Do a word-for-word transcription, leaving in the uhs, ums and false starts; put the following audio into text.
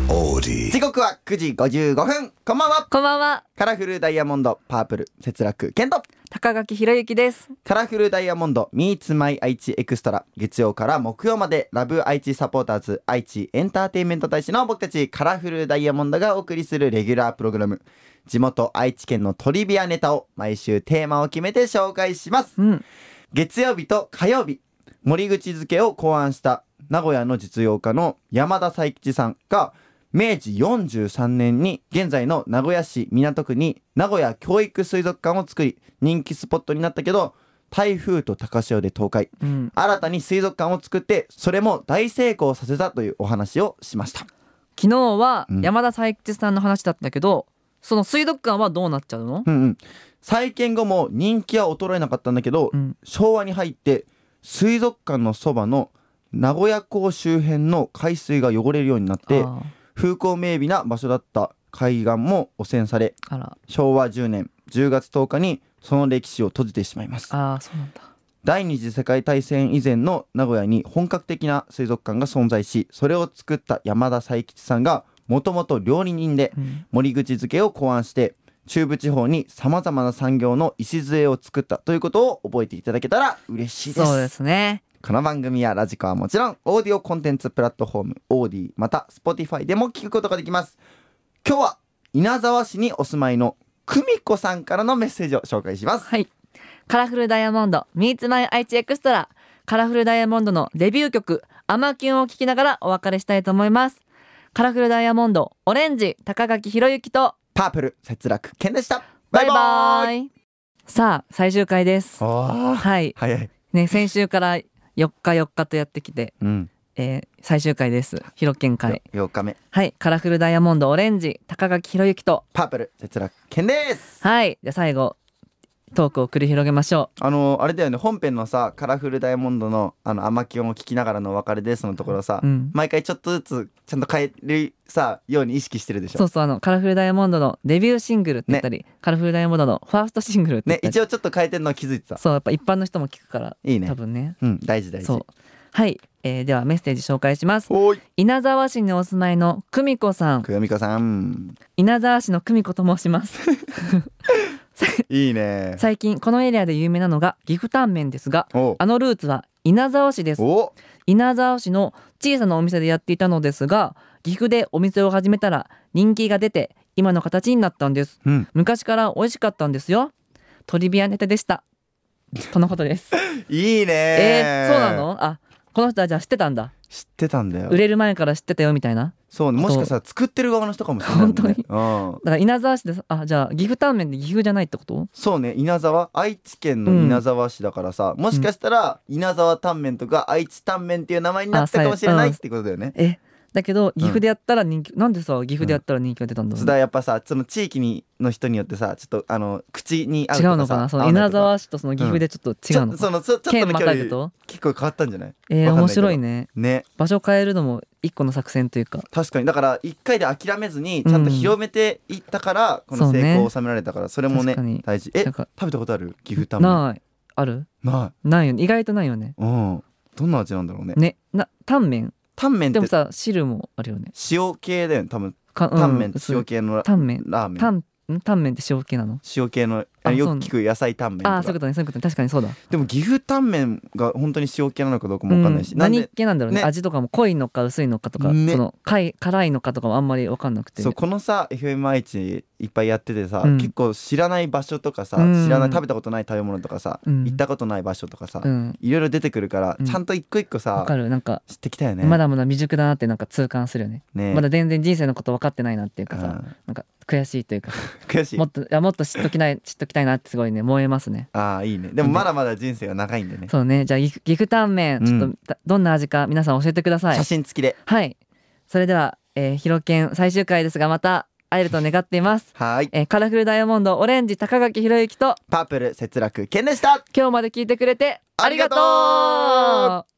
オーディ。時刻はくじごじゅうごふん。こんばんは。 こんばんは。 カラフルダイヤモンドパープル節楽健人、 高垣ひろゆきです。 カラフルダイヤモンド Meets My 愛知エクストラ、月曜から木曜までラブ愛知サポーターズ愛知エンターテインメント大使の僕たちカラフルダイヤモンドがお送りするレギュラープログラム。地元愛知県のトリビアネタを毎週テーマを決めて紹介します、 うん、 月曜日と火曜日、森口漬けを考案した名古屋の実業家の山田才吉さんがめいじよんじゅうさんねんに現在の名古屋市港区に名古屋教育水族館を作り、人気スポットになったけど台風と高潮で倒壊、うん、新たに水族館を作ってそれも大成功させたというお話をしました。 昨日は山田才吉さんの話だったけど、うん、その水族館はどうなっちゃうの？ うんうん、再建後も人気は衰えなかったんだけど、うん、昭和に入って水族館のそばの名古屋港周辺の海水が汚れるようになって風光明媚な場所だった海岸も汚染され、 あら、 しょうわじゅうねんじゅうがつとおかにその歴史を閉じてしまいます。 あ、そうなんだ。 第二次世界大戦以前の名古屋に本格的な水族館が存在し、それを作った山田才吉さんがもともと料理人で森口漬けを考案して中部地方にさまざまな産業の礎を作ったということを覚えていただけたら嬉しいです。 そうですね。 この番組やラジコはもちろんオーディオコンテンツプラットフォームオーディ、また Spotify でも聞くことができます。今日は稲沢市にお住まいの久美子さんからのメッセージを紹介します。 はい、カラフルダイヤモンド Meets My 愛知エクストラ、カラフルダイヤモンドのデビュー曲アマキュンを聴きながらお別れしたいと思います。カラフルダイヤモンドオレンジ高垣ひろゆきとパープル節楽健でした。 バイバイ。さあ最終回です。 はい、早いね、先週からよっかよっかとやってきて、 うん、 えー、最終回です。ひろけん会よっかめ。 はい、カラフルダイヤモンドオレンジ高垣ひろゆきとパープル節楽健です。 はい、じゃあ最後トークを繰り広げましょう。 あのあれだよね、本編のさカラフルダイヤモンドのあのアマキュンを聞きながらのお別れですのところさ、うん、毎回ちょっとずつちゃんと変えるさように意識してるでしょ。 そうそう、あのカラフルダイヤモンドのデビューシングルって言ったり、ね、カラフルダイヤモンドのファーストシングルって言ったり、 ね、一応ちょっと変えてるのは気づいてた。 そう、やっぱ一般の人も聞くからいいね、 多分ね、 うん、大事大事。 そうはい、えー、ではメッセージ紹介します。稲沢市にお住まいの久美子さん。 久美子さん、 稲沢市の久美子と申しますいいね。 最近このエリアで有名なのが岐阜タンメンですが、あのルーツは稲沢市です。稲沢市の小さなお店でやっていたのですが、岐阜でお店を始めたら人気が出て今の形になったんです、うん、昔から美味しかったんですよ。トリビアネタでしたとのことですいいね。 えー、そうなの？あ、この人はじゃあ知ってたんだ。 知ってたんだよ。 売れる前から知ってたよみたいな。 そう、もしかしたら作ってる側の人かもしれない、ね、 本当に、 うん、 だから稲沢市で、あ、じゃあ岐阜タンメンって岐阜じゃないってこと？ そうね、稲沢、愛知県の稲沢市だからさ、うん、もしかしたら稲沢タンメンとか愛知タンメンっていう名前になったかもしれないってことだよね、 うん、えだけど岐阜でやったら人気、うん、なんでさ岐阜でやったら人気が出たんだろう、ね、 それはやっぱさ、その地域にの人によってさ、ちょっとあの口に合うとかさ、 違うのかな、その稲沢市とその岐阜でちょっと違うのか、うん、 そのちょっとの距離結構変わったんじゃない？ えー、面白いね。 ね、 場所変えるのも一個の作戦というか。 確かに、だから一回で諦めずにちゃんと広めていったから、うん、この成功を収められたから、それもね大事。え、食べたことある？岐阜タンメン。 ない。ある？ ないないよね、意外とないよね。 うん、どんな味なんだろうね。 ね、なタンメンタンメンってでもさ汁もあるよね。 塩系だよね多分。タンメンって塩系のラタンメンラーメン。 タンタンメンって塩系なの？塩系のよく聞く野菜タンメンとか。 あ、そういうことね、そういうことね、確かにそうだ。 でも岐阜タンメンが本当に塩系なのかどうかも分かんないし、 うん、何系なんだろうね、ね、味とかも濃いのか薄いのかとか、ね、その辛いのかとかもあんまり分かんなくて。そうこのさ エフエム 愛知いっぱいやっててさ、うん、結構知らない場所とかさ、うん、知らない食べたことない食べ物とかさ、うん、行ったことない場所とかさ、うん、いろいろ出てくるから、うん、ちゃんと一個一個さ、 分かる、なんか知ってきたよね。 まだまだ未熟だなってなんか痛感するよ ね, ねまだ全然人生のこと分かってないなっていうかさ、うん、なんか悔しいというか悔しい、 もっといやもっと知っときない知っときたいなってすごいね燃えますね。 ああいいね。でもまだまだ人生が長いんでね。 そうね、じゃあ岐阜タンメンちょっと、うん、どんな味か皆さん教えてください。 写真付きで。 はい、それでは、えー、ひろけん最終回ですがまた会えると願っています。 はい、 えー、カラフルダイヤモンドオレンジ高垣ひろゆきとパープル節楽健でした。 今日まで聞いてくれてありがとう。